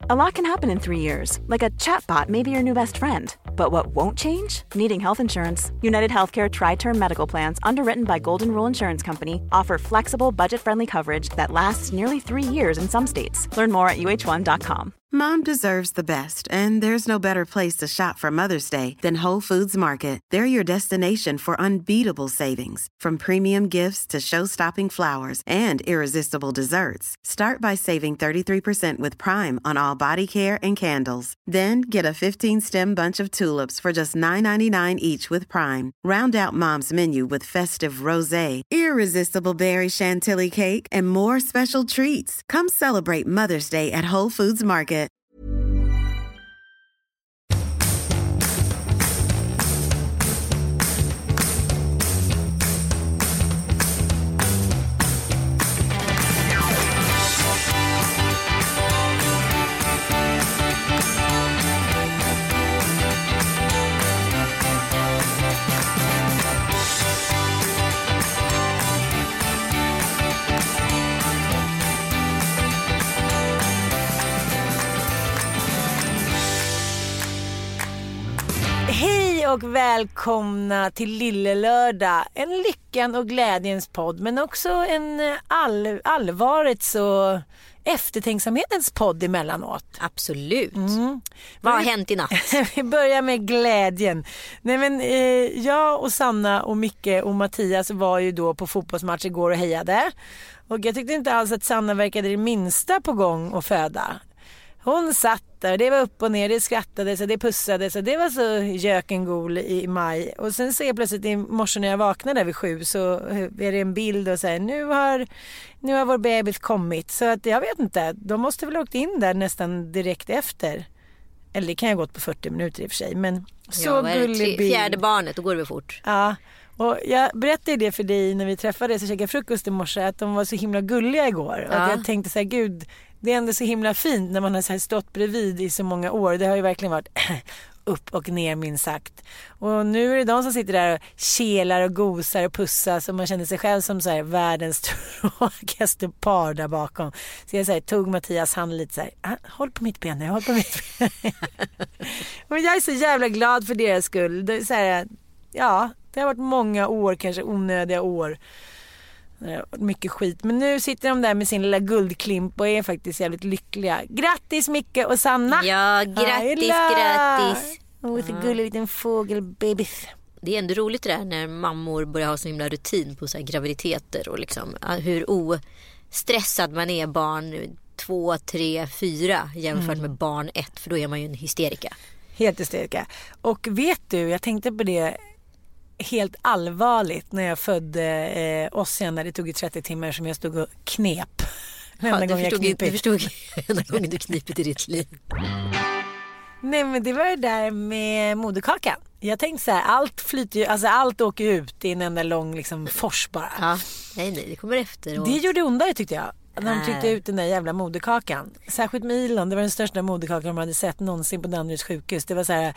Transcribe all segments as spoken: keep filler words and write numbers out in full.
A lot can happen in three years, like a chatbot may be your new best friend. But what won't change? Needing health insurance. United Healthcare Tri-Term Medical Plans, underwritten by Golden Rule Insurance Company, offer flexible, budget-friendly coverage that lasts nearly three years in some states. Learn more at U H one dot com. Mom deserves the best, and there's no better place to shop for Mother's Day than Whole Foods Market. They're your destination for unbeatable savings, from premium gifts to show-stopping flowers and irresistible desserts. Start by saving thirty-three percent with Prime on all body care and candles. Then get a fifteen-stem bunch of tulips for just nine ninety-nine each with Prime. Round out Mom's menu with festive rosé, irresistible berry chantilly cake, and more special treats. Come celebrate Mother's Day at Whole Foods Market. Och välkomna till Lille Lördag, en lyckan och glädjens podd, men också en all, allvarets och eftertänksamhetens podd emellanåt. Absolut. Mm. Vad har hänt i natt? Vi börjar med glädjen. Nej, men, eh, jag och Sanna och Micke och Mattias var ju då på fotbollsmatch igår och hejade. Och jag tyckte inte alls att Sanna verkade det minsta på gång att föda. Hon satt där, det var upp och ner, det skrattade så det pussade så det var så jökengol i maj. Och sen ser jag plötsligt i morse när jag vaknade vid sju så är det en bild och säger nu har, nu har vår bebis kommit. Så att jag vet inte, de måste väl åkt in där nästan direkt efter. Eller det kan jag gått på fyrtio minuter i och för sig. Men så ja, gullig bild. Fjärde barnet, då går det väl fort. Ja, och jag berättade det för dig när vi träffades och käkade frukost i morse att de var så himla gulliga igår. Och ja. att jag tänkte så här, gud, det är ändå så himla fint när man har så här stått bredvid i så många år. Det har ju verkligen varit upp och ner minst sagt. Och nu är det de som sitter där och kelar och gosar och pussas och man känner sig själv som så här världens tråkigaste par där bakom. Så jag så här, tog Mattias hand lite så här, håll på mitt ben, jag håll på mitt ben. Men jag är så jävla glad för deras skull. Det är så här, ja, det har varit många år, kanske onödiga år. Mycket skit. Men nu sitter de där med sin lilla guldklimp och är faktiskt jävligt lyckliga. Grattis Micke och Sanna. Ja, grattis, grattis. Åh, så gullig liten fågelbebis. Det är ändå roligt det där när mammor börjar ha så himla rutin på så här graviditeter och liksom hur ostressad man är barn två, tre, fyra jämfört med barn ett, för då är man ju en hysterika. Helt hysterika. Och vet du, jag tänkte på det helt allvarligt när jag födde eh, oss igen, när det tog trettio timmar som jag stod och knep. Ja, du, förstod, du förstod enda gången du knipit i ditt liv. Nej, men det var det där med moderkakan. Jag tänkte så här, allt flyter ju, alltså allt åker ut i en enda lång liksom fors bara. Ja, nej, nej, det kommer efter. Och... Det gjorde ondare tyckte jag. När de tryckte ut den där jävla moderkakan. Särskilt med Elon, det var den största moderkakan de hade sett någonsin på Danderyds sjukhus. Det var så här,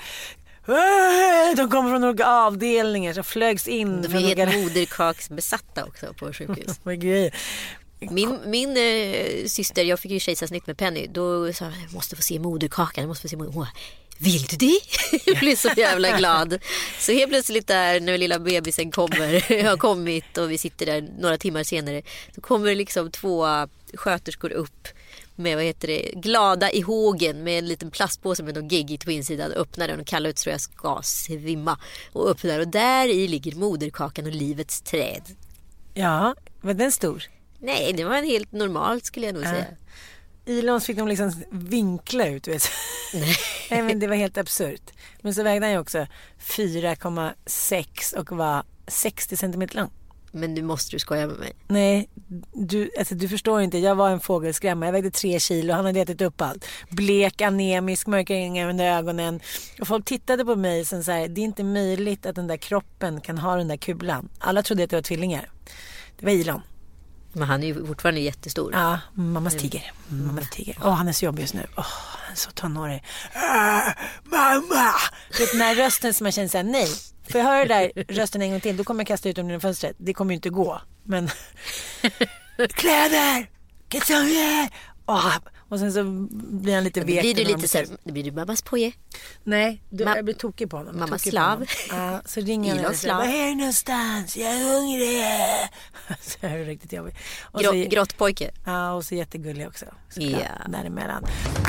de kommer från några avdelningar så flögs in. De är helt moderkaksbesatta också på sjukhus. Min, min äh, syster, jag fick ju kejsarsnitt med Penny. Då sa jag, jag måste få se moderkakan. Jag måste få se moderkakan. Vill du det? Jag blir så jävla glad. Så helt plötsligt där när lilla bebisen kommer, har kommit och vi sitter där några timmar senare, så kommer liksom två sköterskor upp med, vad heter det, glada i hågen med en liten plastpåse med någon geggigt på insidan, öppnar den och kallar ut tror jag ska svimma och öppnar, och där i ligger moderkakan och livets träd. Ja, var den stor? Nej, det var en helt normalt skulle jag nog ja. säga. Ilons fick de liksom vinkla ut, vet du. Nej. Nej, men det var helt absurt. Men så vägde han ju också fyra komma sex och var sextio centimeter lång. Men nu måste du skoja med mig. Nej, du, alltså, du förstår inte. Jag var en fågelskrämma. Jag vägde tre kilo. Han hade ätit upp allt. Blek, anemisk, mörka ringar under ögonen. Och folk tittade på mig som så här, det är inte möjligt att den där kroppen kan ha den där kulan. Alla trodde att det var tvillingar. Det var Elon. Men han är ju fortfarande jättestor. Ja, mammas tiger. Mammas tiger. Åh, oh, han är så jobbig just nu. Åh, oh, han är så tonårig. Äh, mamma! Det är den här rösten som man känner så här, nej. Får jag höra där rösten en gång till, då kommer jag kasta ut dem genom fönstret. Det kommer ju inte gå. Men kläder! Kalsonger! Oh, Och sen så blir han lite vek. Blir du lite så här, blir du mammas poje? Nej, du, Ma- jag blir tokig på honom. Mammas slav. Ja, så ringer han och säger, vad är du någonstans? Jag är hungrig. Så är det riktigt jobbigt. Och Grott, så, grottpojke. Ja, och så jättegullig också. Ja. Däremellan.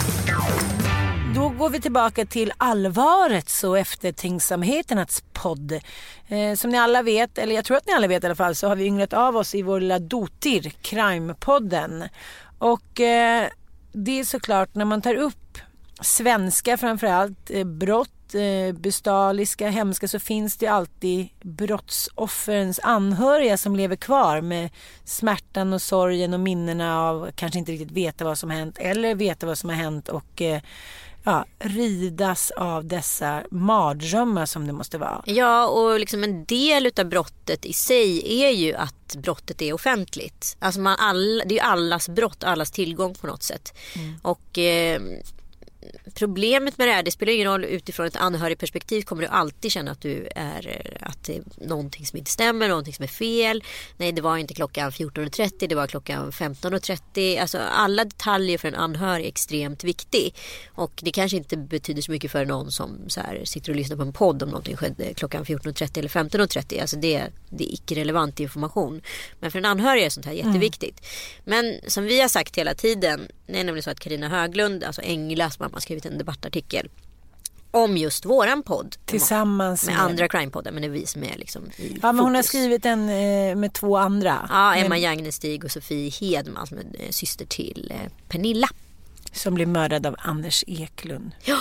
Då går vi tillbaka till allvarets och eftertänksamheternas podd. Eh, som ni alla vet, eller jag tror att ni alla vet i alla fall, så har vi ynglat av oss i vår lilla dotir, Crime-podden. Och eh, det är såklart när man tar upp svenska framförallt, eh, brott, eh, bestialiska, hemska, så finns det alltid brottsoffrens anhöriga som lever kvar med smärtan och sorgen och minnena av kanske inte riktigt veta vad som har hänt eller veta vad som har hänt och eh, ja, ridas av dessa mardrömmar som det måste vara. Ja, och liksom en del av brottet i sig är ju att brottet är offentligt. Alltså man all, det är ju allas brott, allas tillgång på något sätt. Mm. Och eh, problemet med det här, det spelar ingen roll utifrån ett anhörigperspektiv, kommer du alltid känna att du är, att det är någonting som inte stämmer, någonting som är fel. Nej, det var inte klockan fjorton och trettio, det var klockan femton och trettio. Alltså alla detaljer för en anhörig är extremt viktig. Och det kanske inte betyder så mycket för någon som så här sitter och lyssnar på en podd om någonting skedde klockan fjorton och trettio eller femton och trettio. Alltså det, det är icke-relevant information. Men för en anhörig är sånt här jätteviktigt. Mm. Men som vi har sagt hela tiden, det är nämligen så att Carina Höglund, alltså Englas mamma, har skrivit en debattartikel om just våran podd tillsammans med, med andra crime-podden, men det är vi som är liksom i ja, men hon fokus. har skrivit en eh, med två andra. Ja, Emma men... Jagnestig och Sofie Hedman som är eh, syster till eh, Pernilla. Som blev mördad av Anders Eklund. Ja.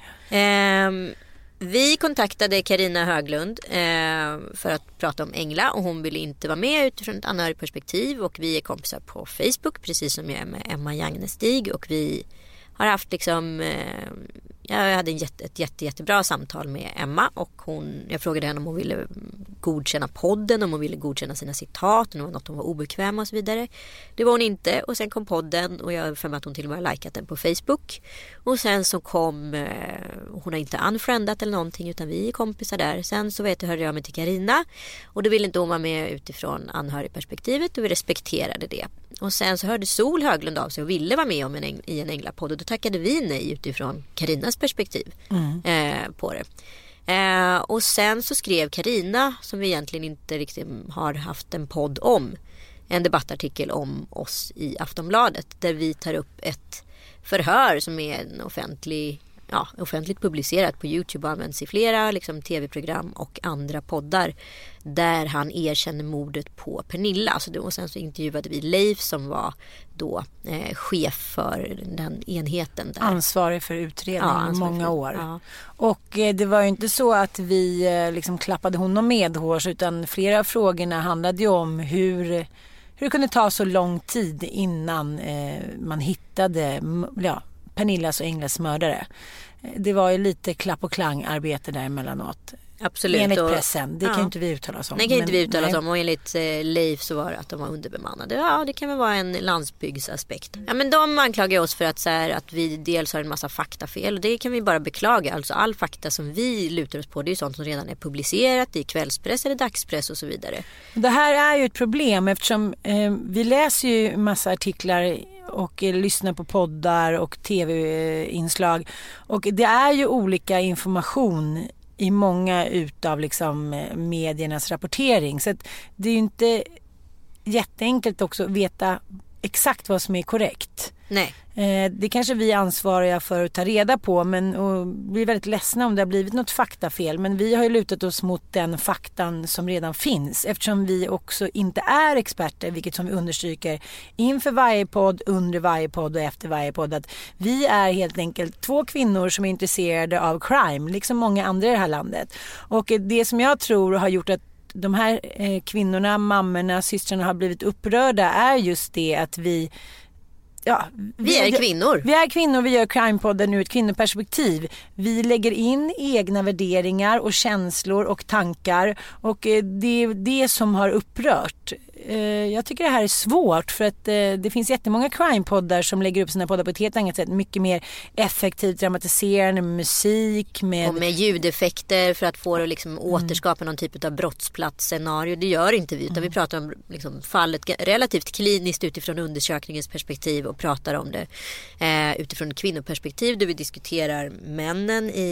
Ehm, vi kontaktade Carina Höglund eh, för att prata om Engla och hon ville inte vara med utifrån ett anhörigperspektiv, och vi är kompisar på Facebook precis som jag är med Emma Jagnestig, och vi har haft liksom eh, jag hade en jätte, ett jätte, jättebra samtal med Emma, och hon, jag frågade henne om hon ville godkänna podden, om hon ville godkänna sina citat, om det var något hon var obekväm och så vidare. Det var hon inte, och sen kom podden och jag för mig att hon till och med har likat den på Facebook. Och sen så kom, eh, hon har inte unfriendat eller någonting utan vi är kompisar där. Sen så vet jag, hörde jag mig till Carina och då ville inte hon vara med utifrån anhörigperspektivet och vi respekterade det. Och sen så hörde Sol Höglund av sig och ville vara med om en, i en Änglapodd, och då tackade vi nej utifrån Carinas perspektiv mm. eh, på det. Eh, och sen så skrev Carina, som vi egentligen inte riktigt har haft en podd om, en debattartikel om oss i Aftonbladet där vi tar upp ett förhör som är en offentlig, ja, offentligt publicerat på YouTube och används i flera liksom, tv-program och andra poddar där han erkänner mordet på Pernilla. Så då, och sen så intervjuade vi Leif som var då eh, chef för den enheten där. Ansvarig för utredningen i ja, många för, år. Ja. Och eh, det var ju inte så att vi eh, liksom klappade honom medhårs, utan flera av frågorna handlade ju om hur, hur det kunde ta så lång tid innan eh, man hittade ja, Pernillas och Englas mördare. Det var ju lite klapp och klang arbete där emellanåt. Absolut. Enligt pressen. Det ja. kan inte vi uttala oss om. Det kan inte vi uttala oss om. Och enligt eh, Leif så var det att de var underbemannade. Ja, det kan väl vara en landsbygdsaspekt. Ja, men de anklagar oss för att, så här, att vi dels har en massa faktafel. Och det kan vi bara beklaga. Alltså all fakta som vi lutar oss på, det är sånt som redan är publicerat i kvällspress eller dagspress och så vidare. Det här är ju ett problem eftersom eh, vi läser ju massa artiklar och eh, lyssnar på poddar och tv-inslag. Och det är ju olika information i många utav liksom mediernas rapportering. Så att det är ju inte jätteenkelt också att veta exakt vad som är korrekt. Nej. Eh, det kanske vi är ansvariga för att ta reda på, men och vi är väldigt ledsna om det har blivit något faktafel. Men vi har ju lutat oss mot den faktan som redan finns, eftersom vi också inte är experter, vilket som vi understryker inför varje podd, under varje podd och efter varje podd, att vi är helt enkelt två kvinnor som är intresserade av crime, liksom många andra i det här landet. Och det som jag tror har gjort att de här eh, kvinnorna, mammorna, systrarna har blivit upprörda är just det att vi Ja, vi, vi är kvinnor. Vi är kvinnor, vi gör Crime-podden ur ett kvinnoperspektiv. Vi lägger in egna värderingar och känslor och tankar. Och det är det som har upprört eh, jag tycker det här är svårt för att eh, det finns jättemånga crime-poddar som lägger upp sina poddar på ett helt annat sätt. Mycket mer effektivt, dramatiserande med musik. Med... Och med ljudeffekter för att få det liksom mm. återskapa någon typ av brottsplatsscenario. Det gör inte vi utan mm. vi pratar om liksom, fallet relativt kliniskt utifrån undersökningens perspektiv och pratar om det eh, utifrån kvinnoperspektiv där vi diskuterar männen i,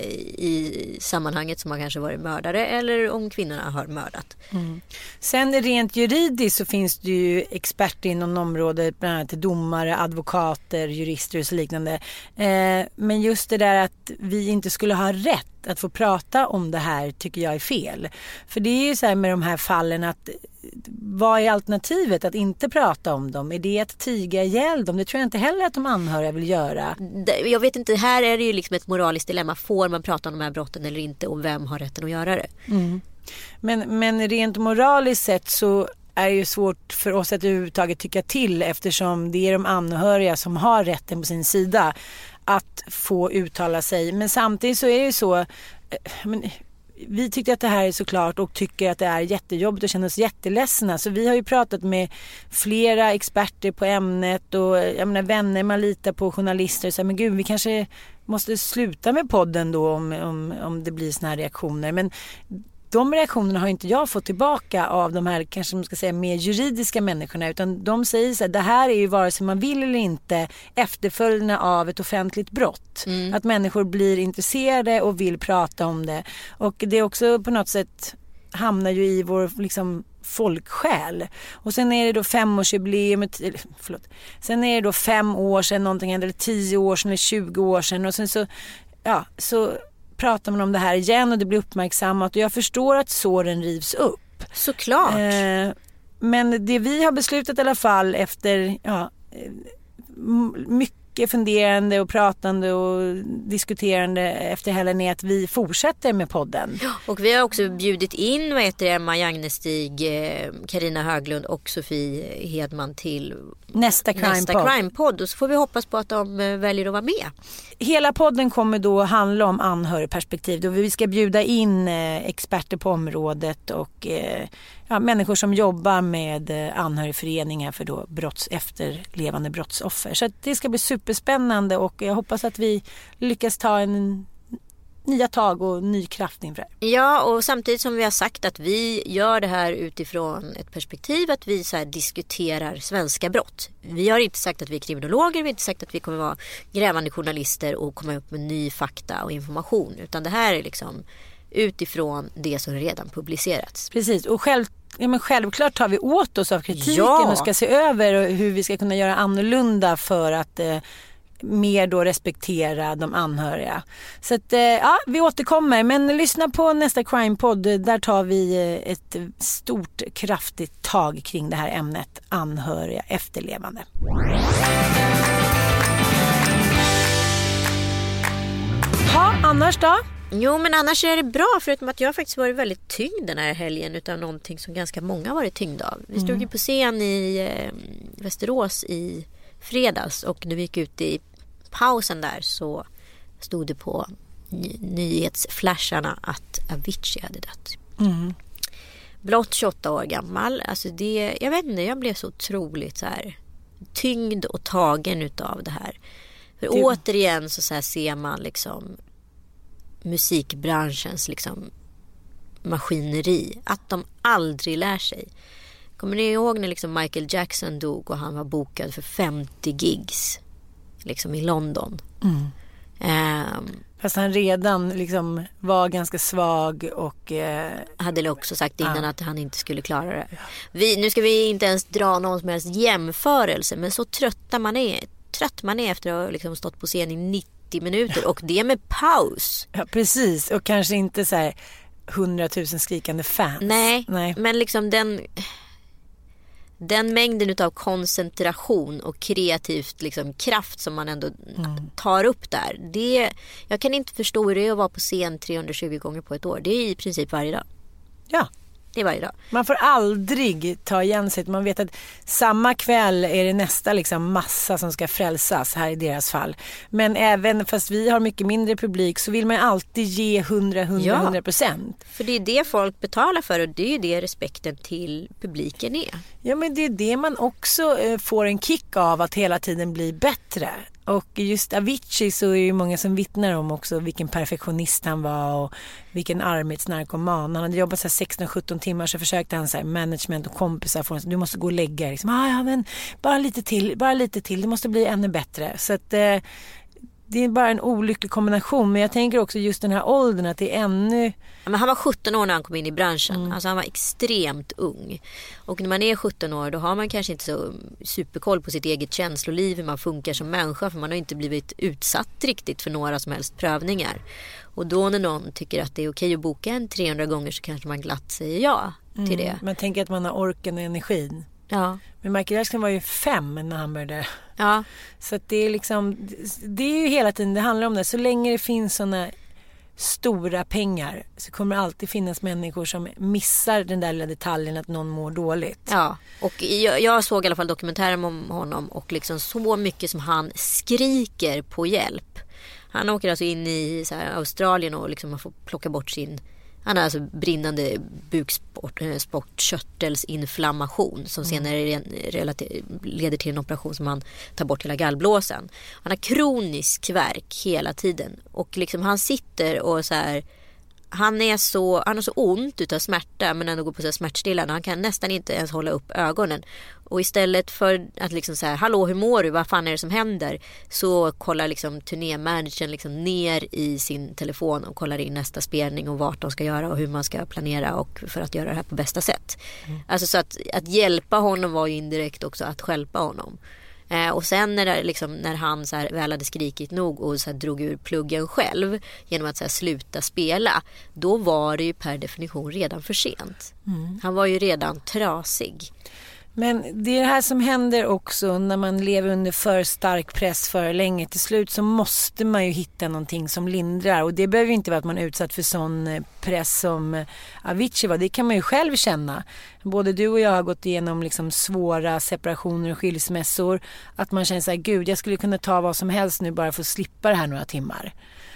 i sammanhanget som har kanske varit mördare eller om kvinnorna har mördat. Mm. Sen rent juridiskt så finns det ju experter inom området, bland annat domare, advokater, jurister och så liknande. Eh, men just det där att vi inte skulle ha rätt att få prata om det här tycker jag är fel. För det är ju så här med de här fallen att vad är alternativet att inte prata om dem? Är det att tiga ihjäl dem? Det tror jag inte heller att de anhöriga vill göra. Jag vet inte, här är det ju liksom ett moraliskt dilemma. Får man prata om de här brotten eller inte och vem har rätten att göra det? Mm. Men, men rent moraliskt sett så är det ju svårt för oss att överhuvudtaget tycka till eftersom det är de anhöriga som har rätten på sin sida att få uttala sig. Men samtidigt så är det ju så... Men, vi tyckte att det här är såklart och tycker att det är jättejobbigt och känner oss jätteledsna. Så vi har ju pratat med flera experter på ämnet och jag menar, vänner man litar på, journalister och så här, men gud, vi kanske måste sluta med podden då om, om, om det blir såna här reaktioner. Men de reaktionerna har inte jag fått tillbaka av de här kanske man ska säga mer juridiska människorna utan de säger så här, det här är ju vare sig man vill eller inte efterföljande av ett offentligt brott. Mm. Att människor blir intresserade och vill prata om det. Och det är också på något sätt hamnar ju i vår liksom folksjäl. Och sen är det då femårsjubileum, förlåt. Sen är det då fem år sedan någonting eller tio år sedan eller tjugo år sedan och sen så ja, så pratar man om det här igen och det blir uppmärksammat och jag förstår att såren rivs upp. Såklart. Eh, men det vi har beslutat i alla fall efter ja, mycket funderande och pratande och diskuterande efter helgen är att vi fortsätter med podden. Och vi har också bjudit in vad heter det, Emma Jagnestig, Carina Höglund och Sofie Hedman till nästa crime-podd. Nästa crime-podd och så får vi hoppas på att de väljer att vara med. Hela podden kommer då handla om anhörigperspektiv. Då vi ska bjuda in experter på området och ja, människor som jobbar med anhörigföreningar för då brotts, efterlevande brottsoffer. Så att det ska bli superspännande och jag hoppas att vi lyckas ta en nya tag och ny kraft inför det. Ja, och samtidigt som vi har sagt att vi gör det här utifrån ett perspektiv att vi så här diskuterar svenska brott. Vi har inte sagt att vi är kriminologer, vi har inte sagt att vi kommer vara grävande journalister och komma upp med ny fakta och information, utan det här är liksom utifrån det som redan publicerats. Precis, och själv, ja, men självklart tar vi åt oss av kritiken ja. och ska se över hur vi ska kunna göra annorlunda för att eh, mer då respektera de anhöriga. Så att, ja, vi återkommer. Men lyssna på nästa crime-podd. Där tar vi ett stort, kraftigt tag kring det här ämnet. Anhöriga efterlevande. Ja, annars då? Jo, men annars är det bra förutom att jag faktiskt varit väldigt tyngd den här helgen utav någonting som ganska många har varit tyngd av. Vi stod ju mm. på scen i eh, Västerås i fredags och när vi gick ut i pausen där så stod det på ny- nyhetsflasharna att Avicii hade dött. Mm. Blott tjugoåtta år gammal. Alltså det, jag vet inte, jag blev så otroligt så här tyngd och tagen utav det här. För det... återigen så, så här ser man liksom musikbranschens liksom maskineri. Att de aldrig lär sig. Kommer ni ihåg när liksom Michael Jackson dog och han var bokad för femtio gigs liksom i London? Mm. Um, Fast han redan liksom var ganska svag och... Eh, hade också sagt innan ah. att han inte skulle klara det. Vi, nu ska vi inte ens dra någon som helst jämförelse, men så trött man är, trött man är efter att ha liksom stått på scen i nittio minuter och det med paus. Ja, precis. Och kanske inte så här hundratusen skrikande fans. Nej, Nej. men liksom den... Den mängden av koncentration och kreativt liksom kraft som man ändå mm. tar upp där. Det, jag kan inte förstå hur det är att vara på scen trehundratjugo gånger på ett år. Det är i princip varje dag. Ja, Det är varje dag. Man får aldrig ta igen sig. Man vet att samma kväll är det nästa liksom massa som ska frälsas här i deras fall. Men även fast vi har mycket mindre publik så vill man alltid ge hundra, hundra, hundra procent. För det är det folk betalar för och det är ju det respekten till publiken är. Ja, men det är det man också eh, får en kick av, att hela tiden bli bättre. Och just Avicii så är det många som vittnar om också vilken perfektionist han var och vilken arbetsnarkoman. Han hade jobbat så här sexton sjutton timmar, så försökte han så här management och kompisar få, du måste gå och lägga liksom, ah, ja, men bara lite till, bara lite till, det måste bli ännu bättre. Så att eh, det är bara en olycklig kombination. Men jag tänker också just den här åldern att det är ännu... Ja, men han var sjutton år när han kom in i branschen. Mm. Alltså han var extremt ung. Och när man är sjutton år då har man kanske inte så superkoll på sitt eget känsloliv, hur man funkar som människa. För man har inte blivit utsatt riktigt för några som helst prövningar. Och då när någon tycker att det är okej att boka en trehundra gånger så kanske man glatt säger ja till mm. det. Man tänker att man har orken och energin. Ja. Men Michael Jackson var ju fem när han började. Ja. Så att det är liksom, det är ju hela tiden, det handlar om det. Så länge det finns såna stora pengar så kommer det alltid finnas människor som missar den där lilla detaljen att någon mår dåligt. Ja, och jag, jag såg i alla fall dokumentären om honom och liksom så mycket som han skriker på hjälp. Han åker alltså in i så här, Australien och liksom man får plocka bort sin... Han har alltså brinnande bukspottkörtelsinflammation som senare relater- leder till en operation som han tar bort hela gallblåsan. Han har kronisk värk hela tiden och liksom han sitter och så här, han är så han har så ont utav smärta men ändå går på så här smärtstillande. Han kan nästan inte ens hålla upp ögonen. Och istället för att liksom så här, hallå hur mår du, vad fan är det som händer, så kollar liksom turnémanagern liksom ner i sin telefon och kollar in nästa spelning och vart de ska göra och hur man ska planera och för att göra det här på bästa sätt. Mm. Alltså så att, att hjälpa honom var ju indirekt också att stjälpa honom. Eh, och sen när, det, liksom, när han så här, väl hade skrikit nog och så här, drog ur pluggen själv genom att så här, sluta spela, då var det ju per definition redan för sent. Mm. Han var ju redan trasig. Men det är det här som händer också när man lever under för stark press för länge. Till slut så måste man ju hitta någonting som lindrar. Och det behöver ju inte vara att man är utsatt för sån press som Avicii var. Det kan man ju själv känna. Både du och jag har gått igenom liksom svåra separationer och skilsmässor. Att man känner så här, gud jag skulle kunna ta vad som helst nu bara för att slippa det här några timmar.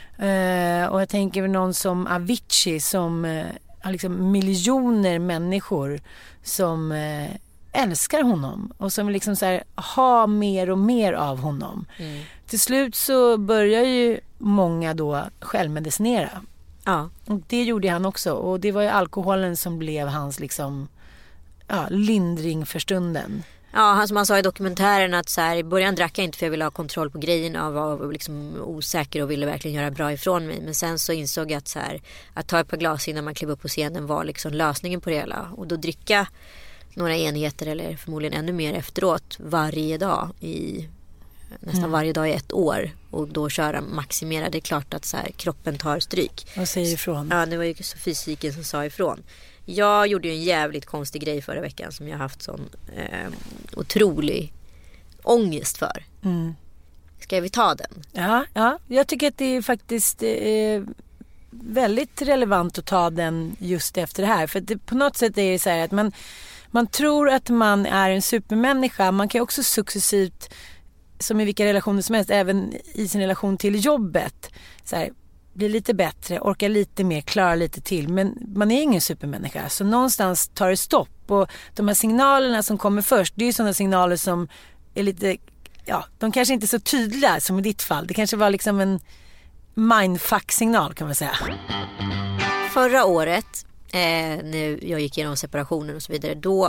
Uh, och jag tänker väl någon som Avicii som uh, har liksom miljoner människor som... Uh, älskar honom och som liksom så här, ha mer och mer av honom. Mm. Till slut så börjar ju många då självmedicinera. Ja. Och det gjorde han också. Och det var ju alkoholen som blev hans liksom, ja, lindring för stunden. Ja, han som han sa i dokumentären att så här, i början drack jag inte för jag ville ha kontroll på grejerna och var liksom osäker och ville verkligen göra bra ifrån mig. Men sen så insåg jag att, så här, att ta ett par glas innan man klev upp på scenen var liksom lösningen på det hela. Och då dricka några enheter eller förmodligen ännu mer efteråt varje dag i nästan mm. varje dag i ett år och då köra maximera. Det är klart att så här, kroppen tar stryk. Vad säger ifrån? Ja, det var ju så fysiken som sa ifrån. Jag gjorde ju en jävligt konstig grej förra veckan som jag haft sån eh, otrolig ångest för. Mm. Ska vi ta den? Ja, ja, jag tycker att det är faktiskt eh, väldigt relevant att ta den just efter det här. För det, på något sätt är det så här att man Man tror att man är en supermänniska. Man kan också successivt, som i vilka relationer som helst, även i sin relation till jobbet, så här, bli lite bättre, orka lite mer, klara lite till. Men man är ingen supermänniska. Så någonstans tar det stopp. Och de här signalerna som kommer först, det är ju sådana signaler som är lite, ja, de kanske inte är så tydliga som i ditt fall. Det kanske var liksom en mindfuck-signal kan man säga. Förra året Eh, när jag gick igenom separationen och så vidare, då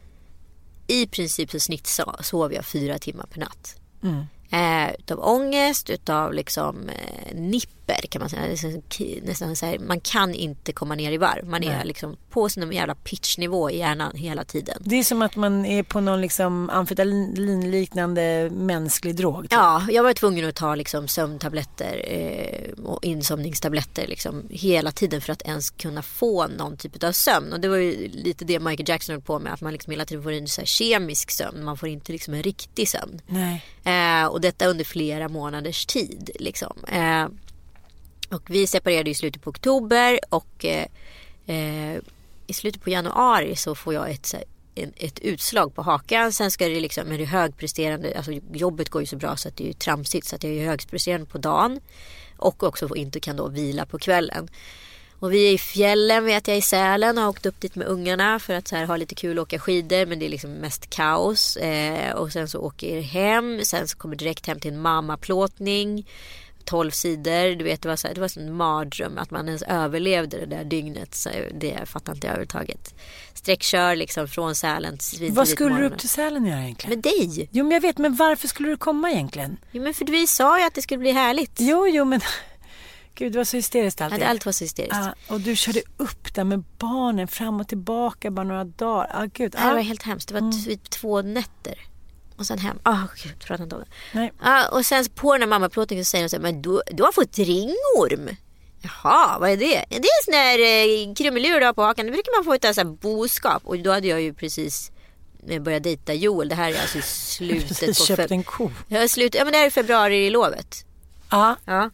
i princip så snitt så, sov jag fyra timmar per natt. Mm. Eh, utav ångest, utav liksom eh, nipper kan man säga. Nästan, nästan så här, man kan inte komma ner i varv. Man är liksom på sin jävla pitchnivå i hjärnan hela tiden. Det är som att man är på någon liksom amfetalinliknande mänsklig drog. Typ. Ja, jag var tvungen att ta liksom sömntabletter eh, och insomningstabletter liksom hela tiden för att ens kunna få någon typ av sömn. Och det var ju lite det Michael Jackson höll på med, att man liksom hela tiden får en så här kemisk sömn. Man får inte liksom en riktig sömn. Nej. Eh, och detta under flera månaders tid liksom. Eh, och vi separerade i slutet på oktober och eh, i slutet på januari så får jag ett, så här, en, ett utslag på hakan. Sen ska det liksom, med det högpresterande, alltså jobbet går ju så bra så att det är ju tramsigt, så att jag är högpresterande på dagen och också inte kan då vila på kvällen. Och vi är i fjällen, vet jag, i Sälen, har åkt upp dit med ungarna för att så här, ha lite kul och åka skidor, men det är liksom mest kaos. Eh, och sen så åker jag hem, sen så kommer direkt hem till en mammaplåtning, tolv sidor, du vet, det var så här, det var en mardröm att man ens överlevde det där dygnet, så det fattar inte jag överhuvudtaget. Sträckkör liksom från Sälen till Vad skulle du upp till Sälen göra egentligen? Med dig. Jo, men jag vet, men varför skulle du komma egentligen? Jo, men för vi sa ju att det skulle bli härligt. Jo, jo, men gud, det var så hysteriskt alltid. Ja, allt var så hysteriskt. Ja, och du körde upp där med barnen fram och tillbaka bara några dagar. Ah, gud. Det här var helt hemskt. Det var mm. typ två nätter. Och sen hem. Ah, gud, pratar inte om det. Nej. Ah, och sen på den här mammaplåtningen så säger de så här, men du, du har fått ringorm. Jaha, vad är det? Det är en sån här eh, krummelur du har på hakan. Det brukar man få utan så här boskap. Och då hade jag ju precis börjat dejta Joel. Det här är alltså slutet på... köpt en ko. Ja, slut... ja, men det här är februari i lovet. Ah. Ja.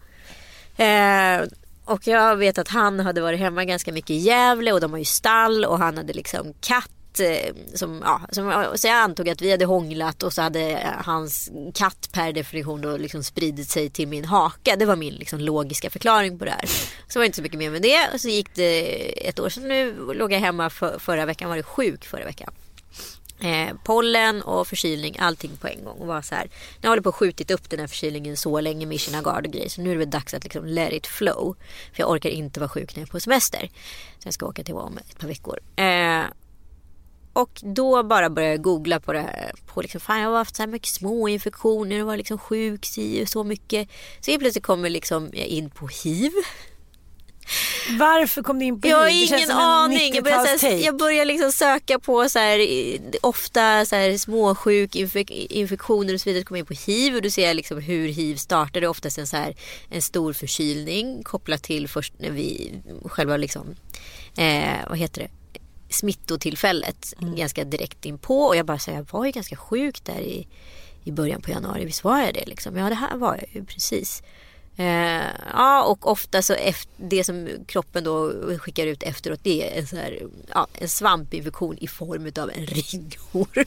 Eh, och jag vet att han hade varit hemma ganska mycket i Gävle och de har ju stall och han hade liksom katt eh, som, ja, som, så jag antog att vi hade hånglat och så hade hans katt per definition då liksom spridit sig till min haka. Det var min liksom logiska förklaring på det här. Så var det inte så mycket mer med det och så gick det ett år, så nu låg jag hemma för, förra veckan, var det sjuk förra veckan. Eh, pollen och förkylning, allting på en gång och var så här, jag håller på att skjutit upp den här förkylningen så länge med Ishinagard och grejer, så nu är det väl dags att liksom let it flow, för jag orkar inte vara sjuk när jag är på semester, så jag ska åka till om ett par veckor. eh, och då bara började jag googla på det här, på liksom, fan jag har haft så här mycket små infektioner och var liksom sjuk och så mycket, så jag plötsligt kommer liksom in på hiv. Varför kom det in på jag har hiv? ingen aning. Jag börjar, så här, jag börjar liksom söka på så här, ofta så här, småsjuk infek- infektioner och så vidare. Kommer in på hiv och då ser jag liksom hur hiv startade. Oftast en, så här, en stor förkylning kopplat till först när vi själva liksom, eh, vad heter det? smittotillfället mm. ganska direkt in på. Och jag bara säger, jag var ju ganska sjuk där i, i början på januari. Visst var jag det liksom? Ja, det här var jag ju precis. Uh, ja, och ofta så efter, det som kroppen då skickar ut efteråt, det är en, så här, ja, en svampinfektion i form av en ringorm.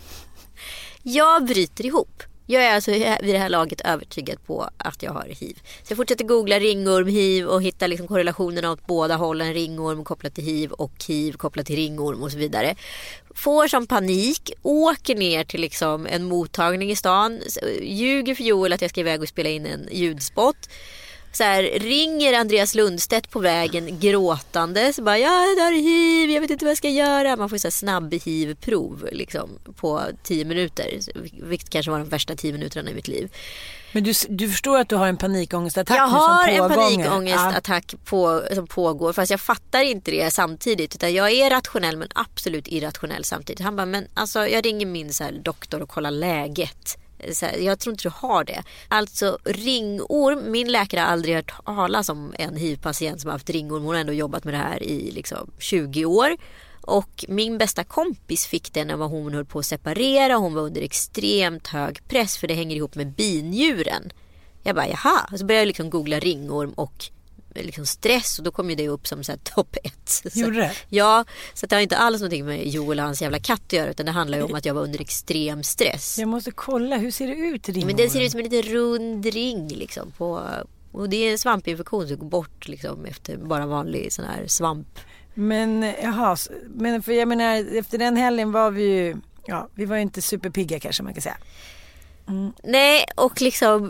Jag bryter ihop. Jag är alltså vid det här laget övertygad på att jag har hiv. Så jag fortsätter googla ringorm, hiv och hitta liksom korrelationerna åt båda hållen. Ringorm kopplat till hiv och hiv kopplat till ringorm och så vidare. Får som panik, åker ner till liksom en mottagning i stan, ljuger för Joel att jag ska iväg och spela in en ljudspot. Så här, ringer Andreas Lundstedt på vägen gråtande, så bara, ja, det har hiv, jag vet inte vad jag ska göra. Man får så här snabb hiv-prov liksom, på tio minuter, vilket kanske var de värsta tio minuterna i mitt liv. Men du, du förstår att du har en panikångestattack jag nu som pågår? Jag har en panikångestattack på, som pågår, fast jag fattar inte det samtidigt, utan jag är rationell men absolut irrationell samtidigt. Han bara, men alltså jag ringer min så här, doktor och kollar läget. Så här, jag tror inte du har det. Alltså ringorm, min läkare har aldrig hört talas om en hiv-patient som har haft ringorm. Hon har ändå jobbat med det här i liksom tjugo år. Och min bästa kompis fick det när hon höll på att separera. Hon var under extremt hög press, för det hänger ihop med binjuren. Jag bara, jaha. Och så började jag liksom googla ringorm och liksom stress, och då kom ju det upp som så här topp ett. Gjorde det? Ja, så det har inte alls någonting med Joel och hans jävla katt att göra, utan det handlar ju om att jag var under extrem stress. Jag måste kolla, hur ser det ut ringorm? Men den ser ut som en liten rund ring liksom på, och det är en svampinfektion som går bort liksom efter bara vanlig sån här svamp. Men jaha, men för jag menar, efter den helgen var vi ju, ja, vi var ju inte superpigga kanske man kan säga. Mm. Nej, och liksom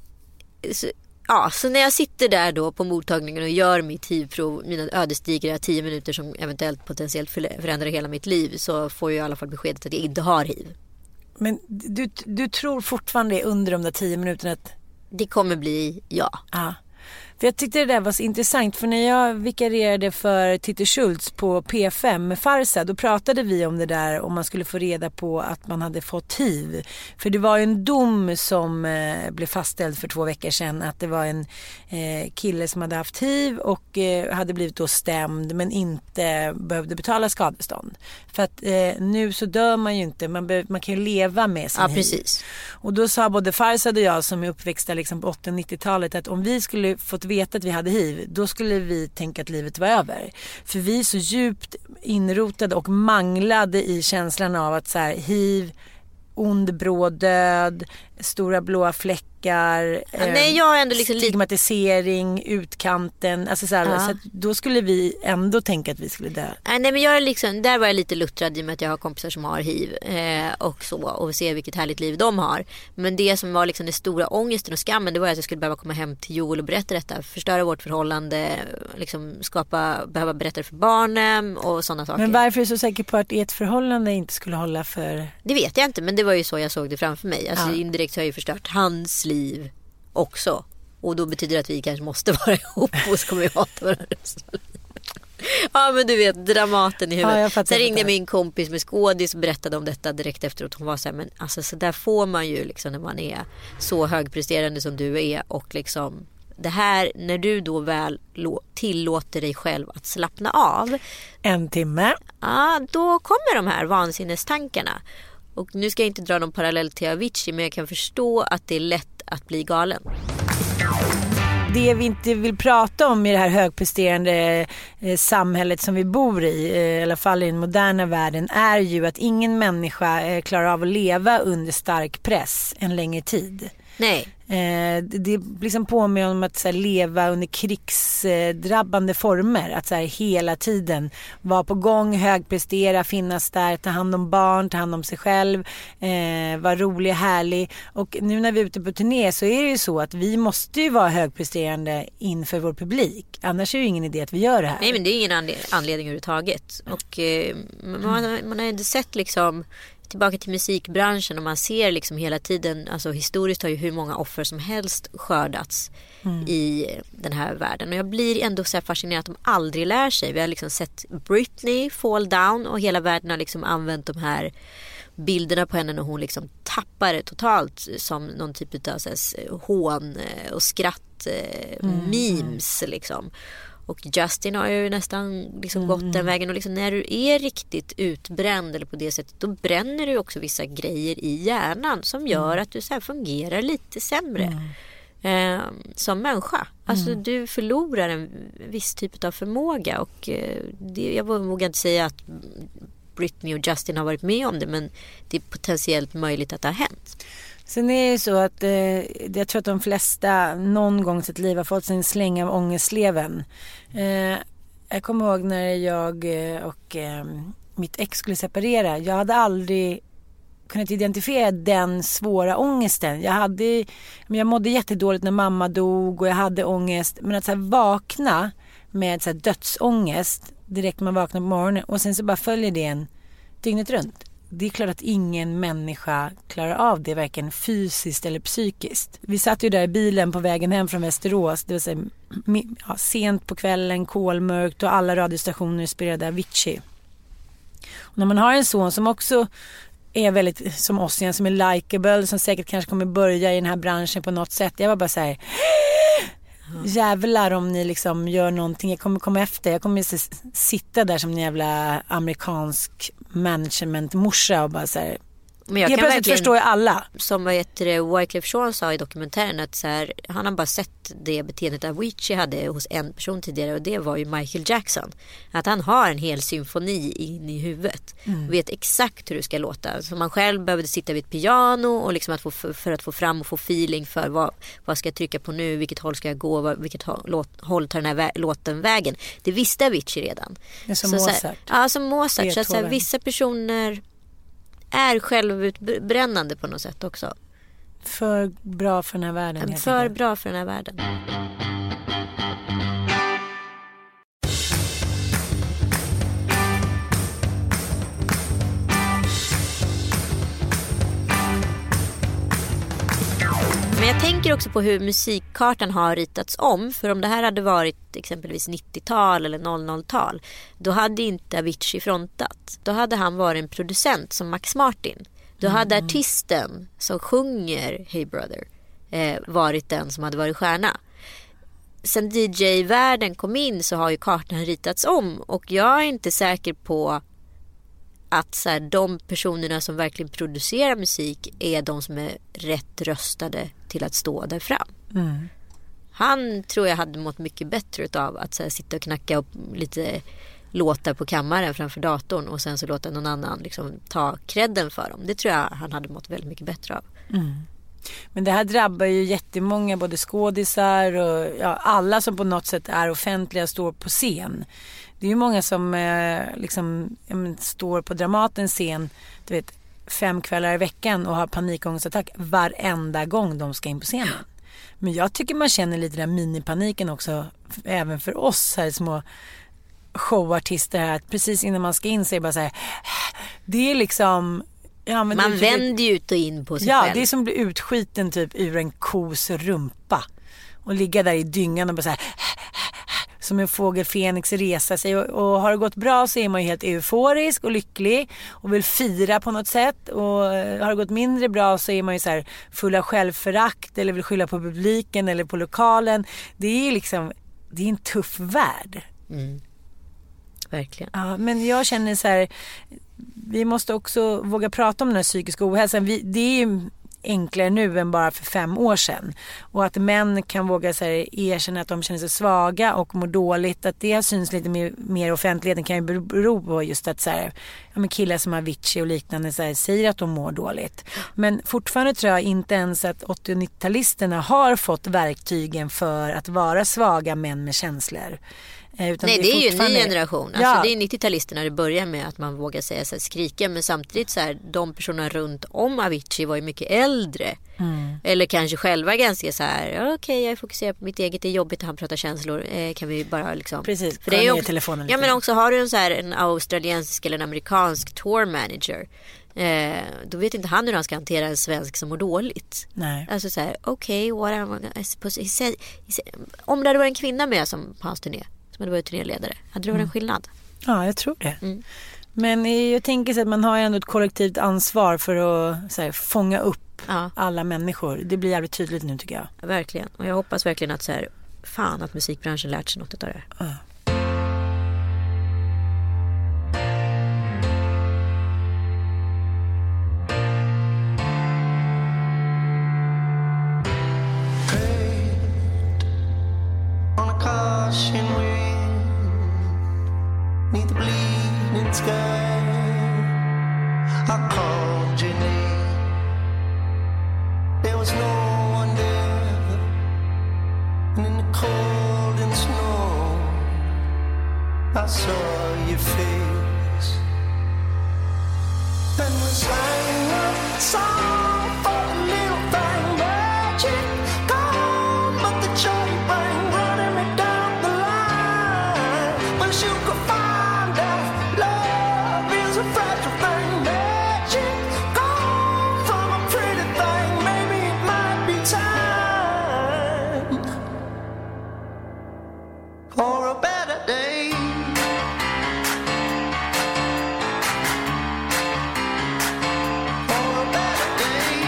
så, ja, så när jag sitter där då på mottagningen och gör mitt hiv-prov, mina ödesdigra tio minuter som eventuellt potentiellt förändrar hela mitt liv, så får jag i alla fall beskedet att jag inte har hiv. Men du, du tror fortfarande under de där tio minuterna att det kommer bli ja. Ja. För jag tyckte det där var så intressant, för när jag vikarierade för Titti Schultz på P fem med Farsa, då pratade vi om det där, om man skulle få reda på att man hade fått hiv. För det var ju en dom som eh, blev fastställd för två veckor sedan, att det var en eh, kille som hade haft hiv och eh, hade blivit då stämd men inte behövde betala skadestånd. För att eh, nu så dör man ju inte, man, be- man kan ju leva med sin ja, hiv. Precis. Och då sa både Farsa och jag som är uppväxta liksom på åttio- och nittiotalet att om vi skulle fått veta att vi hade hiv, då skulle vi tänka att livet var över. För vi är så djupt inrotade och manglade i känslan av att så här, hiv, ond bråd död, stora blåa fläckar, ja, nej, jag har ändå liksom stigmatisering, utkanten, alltså så, här, ja. Så att då skulle vi ändå tänka att vi skulle dö. Nej, men jag är liksom, där var jag lite luttrad i och med att jag har kompisar som har hiv eh, och så, och ser vilket härligt liv de har. Men det som var liksom den stora ångesten och skammen, det var att jag skulle behöva komma hem till Joel och berätta detta, förstöra vårt förhållande, liksom skapa, behöva berätta för barnen och sådana saker. Men varför är du så säker på att ert förhållande inte skulle hålla för... Det vet jag inte, men det var ju så jag såg det framför mig. Alltså ja. Indirekt så har jag ju förstört hans liv också. Och då betyder det att vi kanske måste vara ihop och så kommer vi hata varandra. Ja, men du vet, dramaten i huvudet. Ja, sen ringde min kompis med skådis och berättade om detta direkt efteråt. Hon var så här, men alltså så där får man ju liksom när man är så högpresterande som du är. Och liksom det här, när du då väl tillåter dig själv att slappna av en timme, ja, då kommer de här vansinnestankarna. Och nu ska jag inte dra någon parallell till Avicii, men jag kan förstå att det är lätt att bli galen. Det vi inte vill prata om i det här högpresterande eh, samhället som vi bor i, eh, i alla fall i den moderna världen, är ju att ingen människa eh, klarar av att leva under stark press en längre tid. Nej. Eh, det, det liksom påminner om att så här, leva under krigsdrabbande former. Att så här, hela tiden vara på gång, högprestera, finnas där, ta hand om barn, ta hand om sig själv, eh, vara rolig, härlig. Och nu när vi är ute på turné så är det ju så att vi måste ju vara högpresterande inför vår publik. Annars är det ju ingen idé att vi gör det här. Nej, men det är ingen anled- anledning överhuvudtaget. Och eh, man, man har ju inte sett liksom... Tillbaka till musikbranschen och man ser liksom hela tiden, alltså historiskt har ju hur många offer som helst skördats mm. i den här världen. Och jag blir ändå så här fascinerad att de aldrig lär sig. Vi har liksom sett Britney fall down och hela världen har liksom använt de här bilderna på henne när hon liksom tappar det totalt som någon typ av så här, hån och skratt mm. memes liksom. Och Justin har ju nästan liksom mm. gått den vägen. Och liksom när du är riktigt utbränd eller på det sättet, då bränner du också vissa grejer i hjärnan som gör mm. att du så här fungerar lite sämre mm. eh, som människa. Alltså mm. du förlorar en viss typ av förmåga. Och eh, det, jag vågar inte säga att Britney och Justin har varit med om det, men det är potentiellt möjligt att det har hänt. Sen är det så att eh, jag tror att de flesta någon gång i sitt liv har fått sin släng av ångestleven. Eh, jag kommer ihåg när jag och eh, mitt ex skulle separera. Jag hade aldrig kunnat identifiera den svåra ångesten. Jag, hade, jag mådde jättedåligt när mamma dog och jag hade ångest. Men att så här, vakna med så här, dödsångest direkt när man vaknar på morgonen och sen så bara följer det en dygnet runt. Det är klart att ingen människa klarar av det, varken fysiskt eller psykiskt. Vi satt ju där i bilen på vägen hem från Västerås, det vill säga ja, sent på kvällen, kolmörkt och alla radiostationer spelade Avicii. Och när man har en son som också är väldigt som oss igen, som är likeable, som säkert kanske kommer börja i den här branschen på något sätt. Jag var bara så här, jävlar om ni liksom gör någonting, jag kommer komma efter, jag kommer sitta där som en jävla amerikansk management-morsa och bara så här, men jag, jag kan plötsligt förstår jag alla. Som vad heter det, Wyclef Jean sa i dokumentären att så här, han har bara sett det beteendet Avicii hade hos en person tidigare och det var ju Michael Jackson. Att han har en hel symfoni in i huvudet mm. och vet exakt hur det ska låta. Så man själv behövde sitta vid ett piano och liksom att få, för att få fram och få feeling för vad, vad ska jag trycka på nu, vilket håll ska jag gå, vad, vilket håll, håll tar den här vä- låten vägen. Det visste Avicii redan. Det är som så, Mozart. Så här, ja, som Mozart. Så att så här, vissa personer är självutbrännande på något sätt också. För bra för den här världen. För bra för den här världen. Men jag tänker också på hur musikkartan har ritats om. För om det här hade varit exempelvis nittiotal eller noll noll-tal, då hade inte Avicii frontat. Då hade han varit en producent som Max Martin. Då hade mm. artisten som sjunger Hey Brother eh, varit den som hade varit stjärna. Sen D J-världen kom in så har ju kartan ritats om. Och jag är inte säker på att så här, de personerna som verkligen producerar musik är de som är rätt röstade till att stå där fram. Mm. Han tror jag hade mått mycket bättre av att så här, sitta och knacka upp lite låtar på kammaren framför datorn och sen så låta någon annan liksom ta credden för dem. Det tror jag han hade mått väldigt mycket bättre av. Mm. Men det här drabbar ju jättemånga, både skådisar och ja, alla som på något sätt är offentliga står på scen. Det är ju många som eh, liksom eh, står på Dramatens scen, du vet, fem kvällar i veckan och har panikångestattack varenda gång de ska in på scenen. Men jag tycker man känner lite den minipaniken också, även för oss här små showartister här, att precis innan man ska in så är det bara så här, det är liksom ja, men man det, vänder ju ut och in på sig ja, själv. Ja, det är som blir utskiten typ ur en kos rumpa och ligga där i dyngan och bara så här som en fågel Fenix resa sig och, och har det gått bra så är man ju helt euforisk och lycklig och vill fira på något sätt, och har det gått mindre bra så är man ju så här full av självförakt eller vill skylla på publiken eller på lokalen. Det är liksom, det är en tuff värld. Mm. Verkligen. Ja, men jag känner så här, vi måste också våga prata om den här psykiska ohälsan. Vi, det är ju enklare nu än bara för fem år sedan. Och att män kan våga så här, erkänna att de känner sig svaga och mår dåligt. Att det syns lite mer, mer i offentligheten kan ju bero på just att så här, ja, men killar som Avicii och liknande så här, säger att de mår dåligt. Men fortfarande tror jag inte ens att åttio- och nittio-talisterna har fått verktygen för att vara svaga män med känslor. Utan Nej, det är, det är ju en ny generation. Alltså, ja. Det är nittio-talisterna det börjar med att man vågar säga så här, skrika. Men samtidigt så här, de personerna runt om Avicii var ju mycket äldre. Mm. Eller kanske själva ganska så här, okej, okay, jag fokuserar på mitt eget, det är jobbigt att han pratar känslor. Eh, kan vi bara liksom... Precis, för det är ju också, telefonen lite. Ja, men också har du en så här en australiensisk eller en amerikansk tour manager. Eh, då vet inte han hur han ska hantera en svensk som mår dåligt. Nej. Alltså så här, okej, okay, what am I supposed to say? Om det hade varit en kvinna med som på hans turné, som hade varit turnéledare, hade det varit en skillnad? Ja, jag tror det. Mm. Men jag tänker så att man har ändå ett kollektivt ansvar för att så här, fånga upp ja. alla människor. Det blir jävligt tydligt nu tycker jag. Ja, verkligen. Och jag hoppas verkligen att så här, fan att musikbranschen lärt sig något av det. Ja. Neath the bleeding sky, I called your name. There was no one there, and in the cold and snow, I saw your face. And we sang a song for a little thing, magic gone, but the joy rang running me down the line. Wish you could find a fragile thing, magic gone from a pretty thing. Maybe it might be time for a better day. For a better day.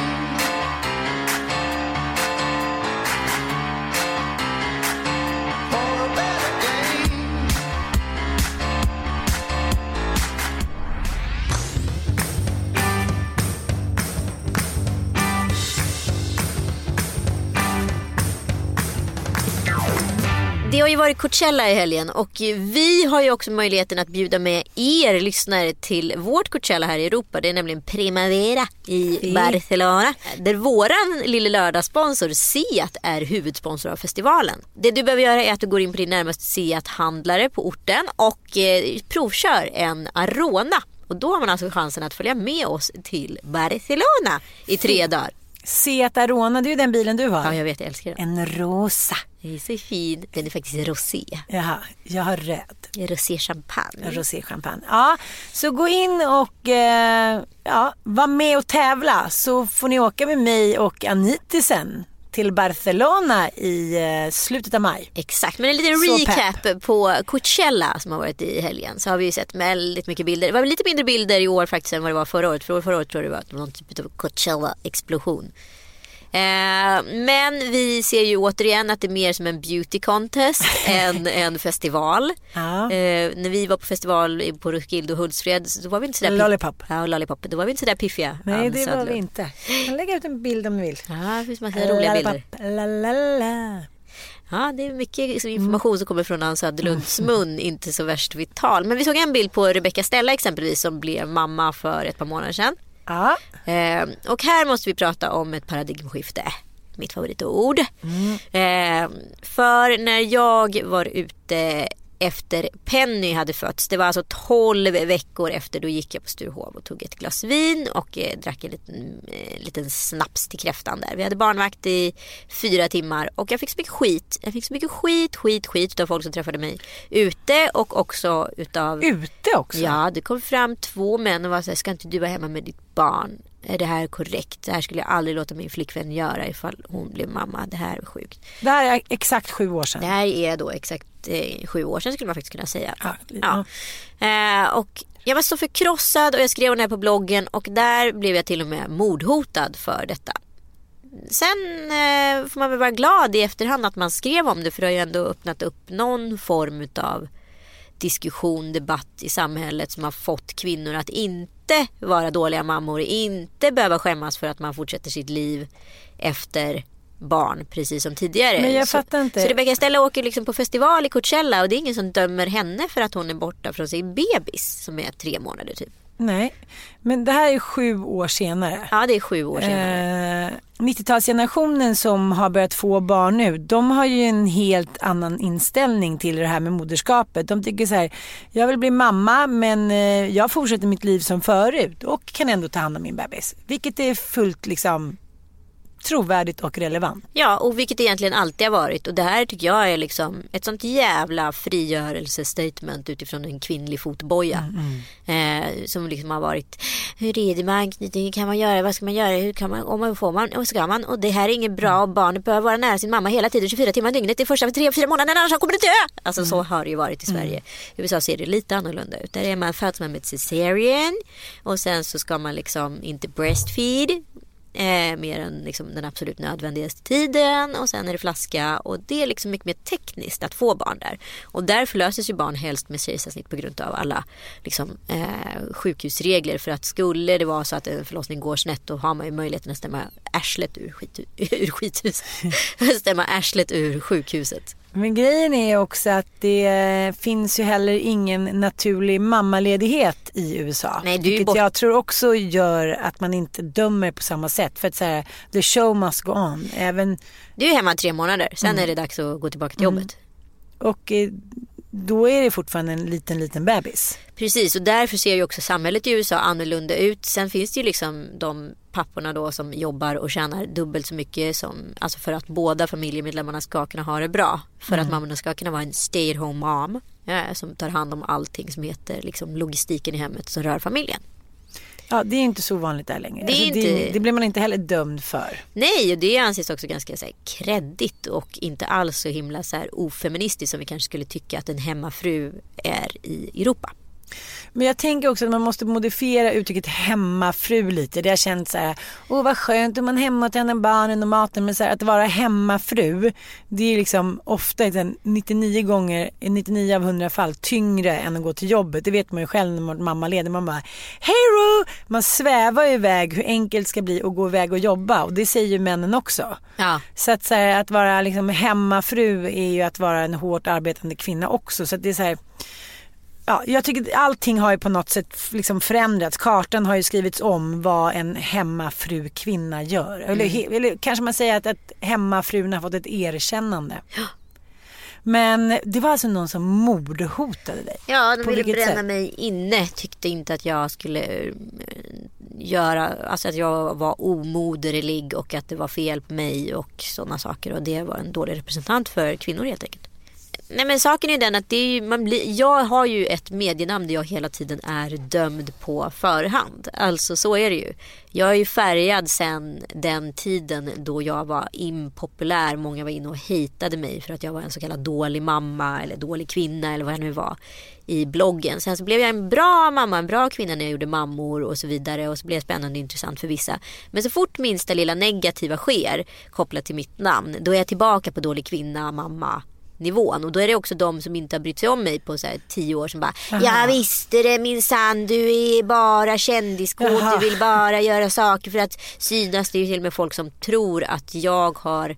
For a better day. Det har ju varit Coachella i helgen och vi har ju också möjligheten att bjuda med er lyssnare till vårt Coachella här i Europa. Det är nämligen Primavera i Barcelona, där våran lilla lördagssponsor Seat är huvudsponsor av festivalen. Det du behöver göra är att du går in på din närmaste Seat-handlare på orten och eh, provkör en Arona. Och då har man alltså chansen att följa med oss till Barcelona i tre dagar. Seat Arona, det är ju den bilen du har. Ja, jag vet, jag älskar den. En rosa. Det är så fin. Den är faktiskt rosé. Jaha, jag har röd. Rosé champagne. Rosé champagne. Ja, så gå in och eh, ja, var med och tävla, så får ni åka med mig och Anita sen till Barcelona i eh, slutet av maj. Exakt, men en liten så recap pepp. på Coachella som har varit i helgen. Så har vi ju sett väldigt mycket bilder. Det var lite mindre bilder i år faktiskt än vad det var förra året. För förra året tror jag det var någon typ av Coachella-explosion. Eh, men vi ser ju återigen att det är mer som en beauty contest än en festival. Ja. Eh, när vi var på festival på Roskilde och Hultsfred så var vi inte så där Lollipop. Ja, Lollipop. Då var vi inte så där piffiga. Nej, det var vi inte. Jag kan lägga ut en bild om du vill. Ja, det finns massa roliga bilder. La, la, la. Ja, det är mycket information som kommer från Ann Söderlunds mun, inte så värst vital. Men vi såg en bild på Rebecca Stella exempelvis som blev mamma för ett par månader sedan. Ja. Eh, och här måste vi prata om ett paradigmskifte. Mitt favoritord. Mm. Eh, för när jag var ute efter Penny hade fötts, det var alltså tolv veckor efter, då gick jag på Sturehov och tog ett glas vin och eh, drack en liten, eh, liten snaps till kräftan där. Vi hade barnvakt i fyra timmar och jag fick så mycket skit. Jag fick så mycket skit, skit, skit utav folk som träffade mig ute och också utav... Ute också? Ja, det kom fram två män och var så här, ska inte du vara hemma med ditt barn? Är det här korrekt? Det här skulle jag aldrig låta min flickvän göra ifall hon blev mamma. Det här är sjukt. Det här är exakt sju år sedan. Det här är då exakt eh, sju år sedan skulle man faktiskt kunna säga. Ja, ja. Ja. Eh, och jag var så förkrossad och jag skrev den här på bloggen och där blev jag till och med mordhotad för detta. Sen eh, får man väl vara glad i efterhand att man skrev om det, för det har ju ändå öppnat upp någon form av diskussion, debatt i samhället som har fått kvinnor att inte vara dåliga mammor, inte behöva skämmas för att man fortsätter sitt liv efter barn, precis som tidigare. Men jag fattar så, inte. Så Rebecca Stella åker liksom på festival i Coachella och det är ingen som dömer henne för att hon är borta från sin bebis som är tre månader typ. Nej, men det här är sju år senare. Ja, det är sju år senare. Eh, nittiotalsgenerationen som har börjat få barn nu, de har ju en helt annan inställning till det här med moderskapet. De tycker så här, jag vill bli mamma men eh, jag fortsätter mitt liv som förut och kan ändå ta hand om min bebis. Vilket är fullt liksom trovärdigt och relevant. Ja, och vilket egentligen alltid har varit. Och det här tycker jag är liksom ett sånt jävla frigörelsestatement utifrån en kvinnlig fotboja. Mm, mm. Eh, som liksom har varit, hur är det med anknytning? Kan man göra? Vad ska man göra? Hur kan man? Om man får man? Och ska man? Och det här är inget bra. Barnet behöver vara nära sin mamma hela tiden, tjugofyra timmar dygnet. Det är första för tre, fyra månader, annars kommer det dö. Alltså mm. så har det ju varit i Sverige. Mm. I U S A ser det lite annorlunda ut. Där är man föds med ett cesarean och sen så ska man liksom inte breastfeed. Eh, mer än liksom den absolut nödvändigaste tiden och sen är det flaska och det är liksom mycket mer tekniskt att få barn där och därför löses ju barn helst med kejsarsnitt på grund av alla liksom, eh, sjukhusregler, för att skulle det vara så att en förlossning går snett då har man ju möjligheten att stämma arslet ur, skit, ur skithuset stämma arslet ur sjukhuset. Men grejen är också att det finns ju heller ingen naturlig mammaledighet i U S A. Nej, du vilket bort... jag tror också gör att man inte dömer på samma sätt. För att säga, the show must go on. Även... Du är hemma tre månader, sen mm. är det dags att gå tillbaka till jobbet. Mm. Och då är det fortfarande en liten, liten bebis. Precis, och därför ser ju också samhället i U S A annorlunda ut. Sen finns det ju liksom de papporna då som jobbar och tjänar dubbelt så mycket som, alltså för att båda familjemedlemmarna ska kunna ha det bra. För mm. att mammorna ska kunna vara en stay at home mom ja, som tar hand om allting som heter liksom logistiken i hemmet som rör familjen. Ja, det är inte så vanligt där längre. Det, alltså, inte... det, det blir man inte heller dömd för. Nej, och det anses också ganska så här, kreddigt och inte alls så himla så här, ofeministiskt som vi kanske skulle tycka att en hemmafru är i Europa. Men jag tänker också att man måste modifiera uttrycket hemmafru lite. Det har känts så här, åh vad skönt om man hemma och tänder barnen och maten. Men så här, att vara hemmafru, det är liksom ofta nittionio gånger, nittionio av hundra fall tyngre än att gå till jobbet. Det vet man ju själv när man mamma leder. Man bara, hej då! Man svävar iväg hur enkelt ska bli att gå iväg och jobba. Och det säger ju männen också. Ja. Så att, så här, att vara liksom hemmafru är ju att vara en hårt arbetande kvinna också. Så att det är så här... Ja, jag tycker att allting har ju på något sätt liksom förändrats. Kartan har ju skrivits om vad en hemmafru kvinna gör. Mm. Eller, eller kanske man säger att, att hemmafrun har fått ett erkännande. Ja. Men det var alltså någon som mordhotade dig. Ja, de på ville bränna sätt? mig inne. Tyckte inte att jag skulle göra, alltså att jag var omoderlig och att det var fel på mig och sådana saker. Och det var en dålig representant för kvinnor helt enkelt. Nej, men saken är den att det är ju, man blir, jag har ju ett medienamn där jag hela tiden är dömd på förhand. Alltså så är det ju. Jag är ju färgad sedan den tiden då jag var impopulär. Många var inne och hatade mig för att jag var en så kallad dålig mamma eller dålig kvinna eller vad jag nu var i bloggen. Sen så blev jag en bra mamma, en bra kvinna när jag gjorde mammor och så vidare. Och så blev det spännande och intressant för vissa. Men så fort minsta lilla negativa sker kopplat till mitt namn, då är jag tillbaka på dålig kvinna, mamma nivån. Och då är det också de som inte har brytt sig om mig på så här tio år som bara, aha, jag visste det minsann, du är bara kändiskåt, du vill bara göra saker för att synas. Det är ju till och med folk som tror att jag har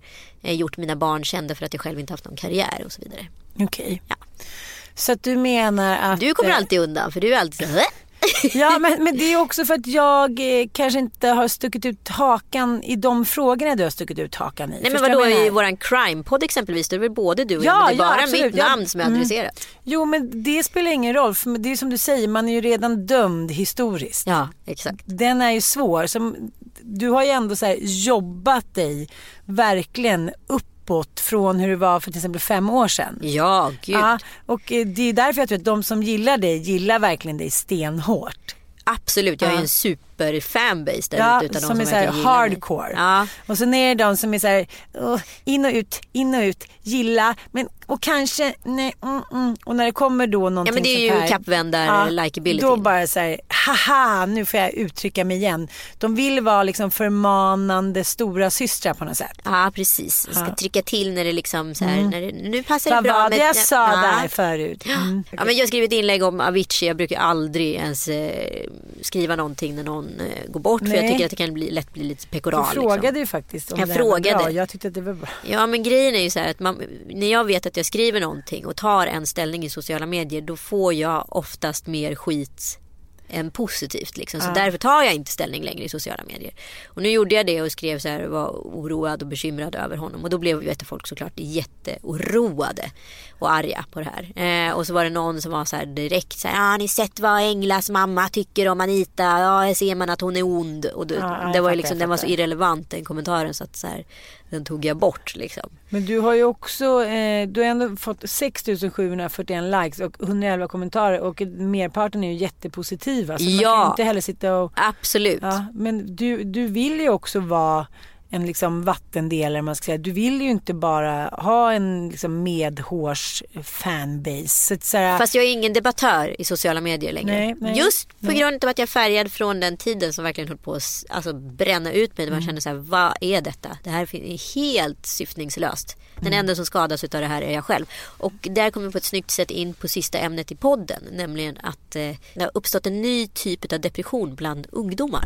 eh, gjort mina barn kända för att jag själv inte haft någon karriär och så vidare. Okej. Okay. Ja. Så att du menar att... Du kommer alltid undan för du är alltid så... Ja, men, men det är också för att jag eh, kanske inte har stuckit ut hakan i de frågorna du har stuckit ut hakan i. Nej, men vadå, i våran crime-podd exempelvis, det är väl både du och ja, jag, det är bara ja, mitt namn ja. som är adresserat. Mm. Jo, men det spelar ingen roll, för det är som du säger, man är ju redan dömd historiskt. Ja, exakt. Den är ju svår. Som, du har ju ändå så här jobbat dig verkligen upp från hur det var för till exempel fem år sedan. Ja, gud. Ja, och det är därför jag tror att de som gillar dig gillar verkligen dig stenhårt. Absolut, jag är ju en super fanbase där ja, ute utav de som, som är så här hardcore. Ja. Och så är det de som är så här oh, in och ut, in och ut, gilla, men och kanske nej, mm, mm. och när det kommer då någonting. Ja, men det är ju kappvändar ja, likeability. Då bara så här, haha, nu får jag uttrycka mig igen. De vill vara liksom förmanande stora systrar på något sätt. Ja, precis. Vi ska ja. trycka till när det liksom så här, mm. när det, nu passar det vad bra var med det jag sa ja. där förut. Mm. Ja, men jag har skrivit inlägg om Avicii. Jag brukar aldrig ens eh, skriva någonting när någon eh, går bort. Nej. För jag tycker att det kan bli, lätt bli lite pekoral. Du frågade liksom. ju faktiskt om jag det frågade. var bra. Jag tyckte att det var bra. Ja, men grejen är ju så här att man, när jag vet att jag skriver någonting och tar en ställning i sociala medier, då får jag oftast mer skit än positivt liksom. Så ja. därför tar jag inte ställning längre i sociala medier. Och nu gjorde jag det och skrev så här, var oroad och bekymrad över honom. Och då blev ju folk såklart jätteoroade och arga på det här. Eh, och så var det någon som var så här direkt så här, ja, ni sett vad Englas mamma tycker om Anita? Ja, ser man att hon är ond. Och då, ja, det var ju liksom, den var så irrelevant den kommentaren så att så här, den tog jag bort liksom. Men du har ju också eh, du har ändå fått sex tusen sjuhundrafyrtioen likes och hundraelva kommentarer och merparten är ju jättepositiva så ja, man kan inte heller sitta och absolut. Ja, men du, du vill ju också vara en liksom vattendelare, man ska säga. Du vill ju inte bara ha en liksom medhårs fanbase. Så att, så här... Fast jag är ingen debattör i sociala medier längre. Nej, nej, Just på nej. grund av att jag färgad från den tiden som verkligen höll på att alltså, bränna ut mig. Mm. Man kände så här, vad är detta? Det här är helt syftningslöst. Den mm. enda som skadas utav det här är jag själv. Och där kommer vi på ett snyggt sätt in på sista ämnet i podden. Nämligen att eh, det har uppstått en ny typ av depression bland ungdomar.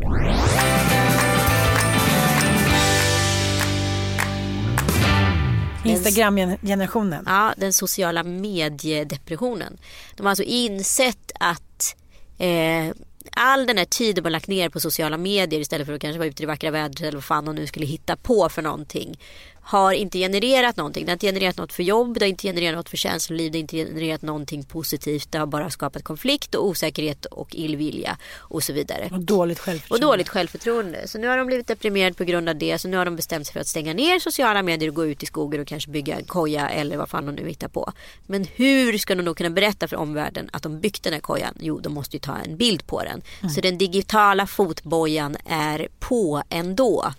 Instagram-generationen. Ja, den sociala mediedepressionen. De har alltså insett att eh, all den här tiden man lagt ner på sociala medier istället för att kanske vara ute i det vackra vädret eller vad fan de nu skulle hitta på för någonting, har inte genererat någonting. Det har inte genererat något för jobb, det har inte genererat något för känsloliv, det har inte genererat någonting positivt. Det har bara skapat konflikt och osäkerhet och illvilja och så vidare. Och dåligt självförtroende. Och dåligt självförtroende. Så nu har de blivit deprimerade på grund av det. Så nu har de bestämt sig för att stänga ner sociala medier och gå ut i skogen och kanske bygga en koja eller vad fan de nu hittar på. Men hur ska de då kunna berätta för omvärlden att de byggt den här kojan? Jo, de måste ju ta en bild på den. Mm. Så den digitala fotbojan är på ändå.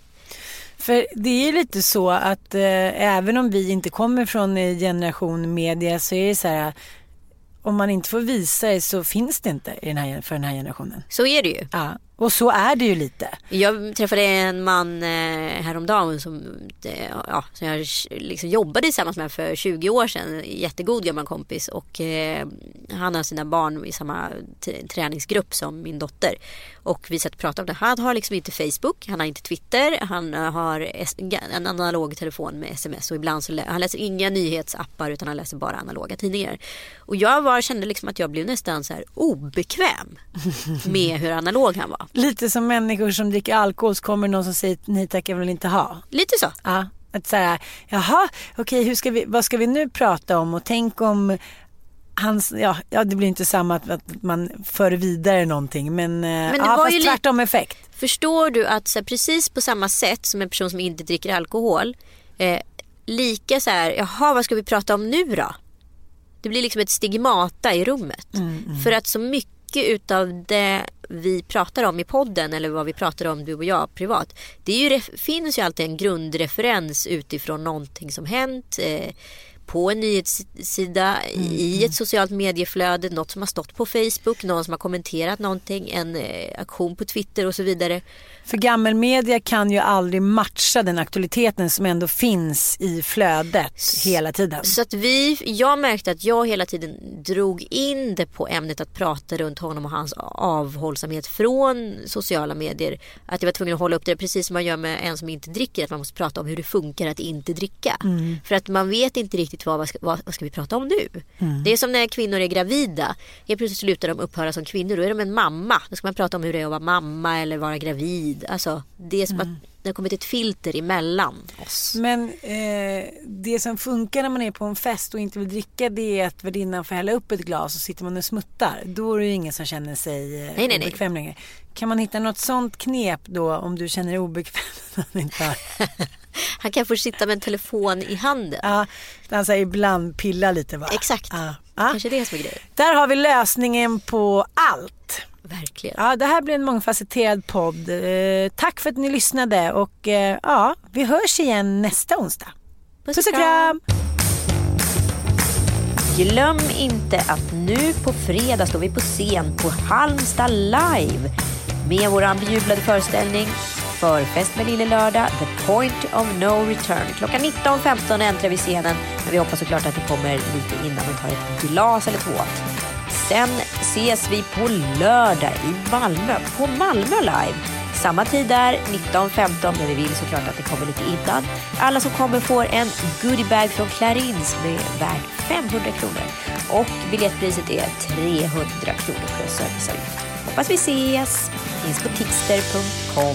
För det är lite så att eh, även om vi inte kommer från eh, generation media så är det så här, om man inte får visa det så finns det inte i den här, för den här generationen. Så är det ju. Ja, och så är det ju lite. Jag träffade en man eh, häromdagen som, eh, ja, som jag liksom jobbade tillsammans med för tjugo år sedan. Jättegod gammal kompis. Och eh, han har sina barn i samma t- träningsgrupp som min dotter. Och vi satt och pratade om det. Han har liksom inte Facebook, han har inte Twitter. Han har en analog telefon med sms. Och ibland så lä- han läser inga nyhetsappar utan han läser bara analoga tidningar. Och jag var, kände liksom att jag blev nästan så här obekväm med hur analog han var. Lite som människor som dricker alkohol så kommer någon som säger nej tack, jag vill inte ha. Lite så. Ja, att så här, jaha, okej, hur ska vi, vad ska vi nu prata om? Och tänk om hans, ja, ja det blir inte samma att, att man för vidare någonting. Men, men det ja, var fast ju tvärtom effekt. Förstår du att så här, precis på samma sätt som en person som inte dricker alkohol, eh, lika så här, jaha, vad ska vi prata om nu då? Det blir liksom ett stigmata i rummet. Mm, mm. För att så mycket utav det vi pratar om i podden eller vad vi pratar om du och jag privat, det är ju, finns ju alltid en grundreferens utifrån någonting som hänt, eh, på en nyhetssida, mm. i ett socialt medieflöde, något som har stått på Facebook, någon som har kommenterat någonting, en eh, aktion på Twitter och så vidare. För gammelmedia kan ju aldrig matcha den aktualiteten som ändå finns i flödet hela tiden. Så att vi, jag märkte att jag hela tiden drog in det på ämnet att prata runt honom och hans avhållsamhet från sociala medier. Att jag var tvungen att hålla upp det, precis som man gör med en som inte dricker, att man måste prata om hur det funkar att inte dricka. Mm. För att man vet inte riktigt vad, vad, ska, vad, vad ska vi prata om nu. Mm. Det är som när kvinnor är gravida. Helt plötsligt slutar de upphöra som kvinnor. Då är de en mamma. Då ska man prata om hur det är att vara mamma eller vara gravid. Alltså, det är som mm. att det har kommit ett filter emellan oss. Men eh, det som funkar när man är på en fest och inte vill dricka, det är att värdinnan får hälla upp ett glas och sitter man och smuttar. Då är det ju ingen som känner sig eh, nej, nej, obekväm längre. Kan man hitta något sånt knep då om du känner dig obekväm? Han kan få sitta med en telefon i handen. Ja, han säger ibland pilla lite, va? Exakt, ja. Kanske det är som är grejen. Där har vi lösningen på allt. Verkligen. Ja, det här blir en mångfacetterad podd. Eh, tack för att ni lyssnade och eh, ja, vi hörs igen nästa onsdag. Puss och kram! Glöm inte att nu på fredag står vi på scen på Halmstad Live med vår bejublade föreställning Förfest med Lille Lördag, The Point of No Return. Klockan nitton femton äntrar vi scenen, men vi hoppas såklart att det kommer lite innan vi tar ett glas eller två. Sen ses vi på lördag i Malmö, på Malmö Live. Samma tid där, nitton femton, men vi vill såklart att det kommer lite innan. Alla som kommer får en goodiebag från Clarins med värd femhundra kronor. Och biljettpriset är trehundra kronor plus serviceavgift. Hoppas vi ses. Finns på tixter punkt com.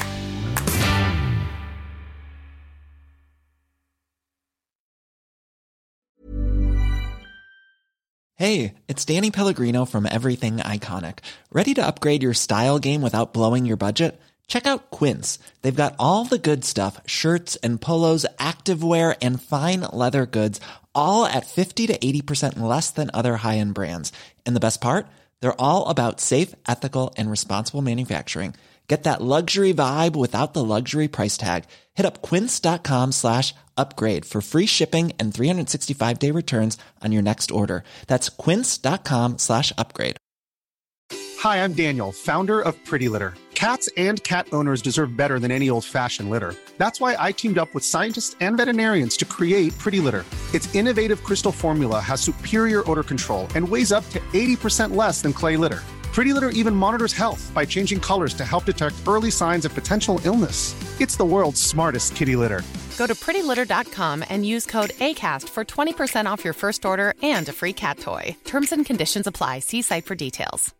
Hey, it's Danny Pellegrino from Everything Iconic. Ready to upgrade your style game without blowing your budget? Check out Quince. They've got all the good stuff, shirts and polos, activewear, and fine leather goods, all at fifty to eighty percent less than other high-end brands. And the best part? They're all about safe, ethical, and responsible manufacturing. Get that luxury vibe without the luxury price tag. Hit up quince.com slash upgrade for free shipping and three sixty-five day returns on your next order. That's quince.com slash upgrade. Hi, I'm Daniel, founder of Pretty Litter. Cats and cat owners deserve better than any old-fashioned litter. That's why I teamed up with scientists and veterinarians to create Pretty Litter. Its innovative crystal formula has superior odor control and weighs up to eighty percent less than clay litter. Pretty Litter even monitors health by changing colors to help detect early signs of potential illness. It's the world's smartest kitty litter. Go to pretty litter dot com and use code ACAST for twenty percent off your first order and a free cat toy. Terms and conditions apply. See site for details.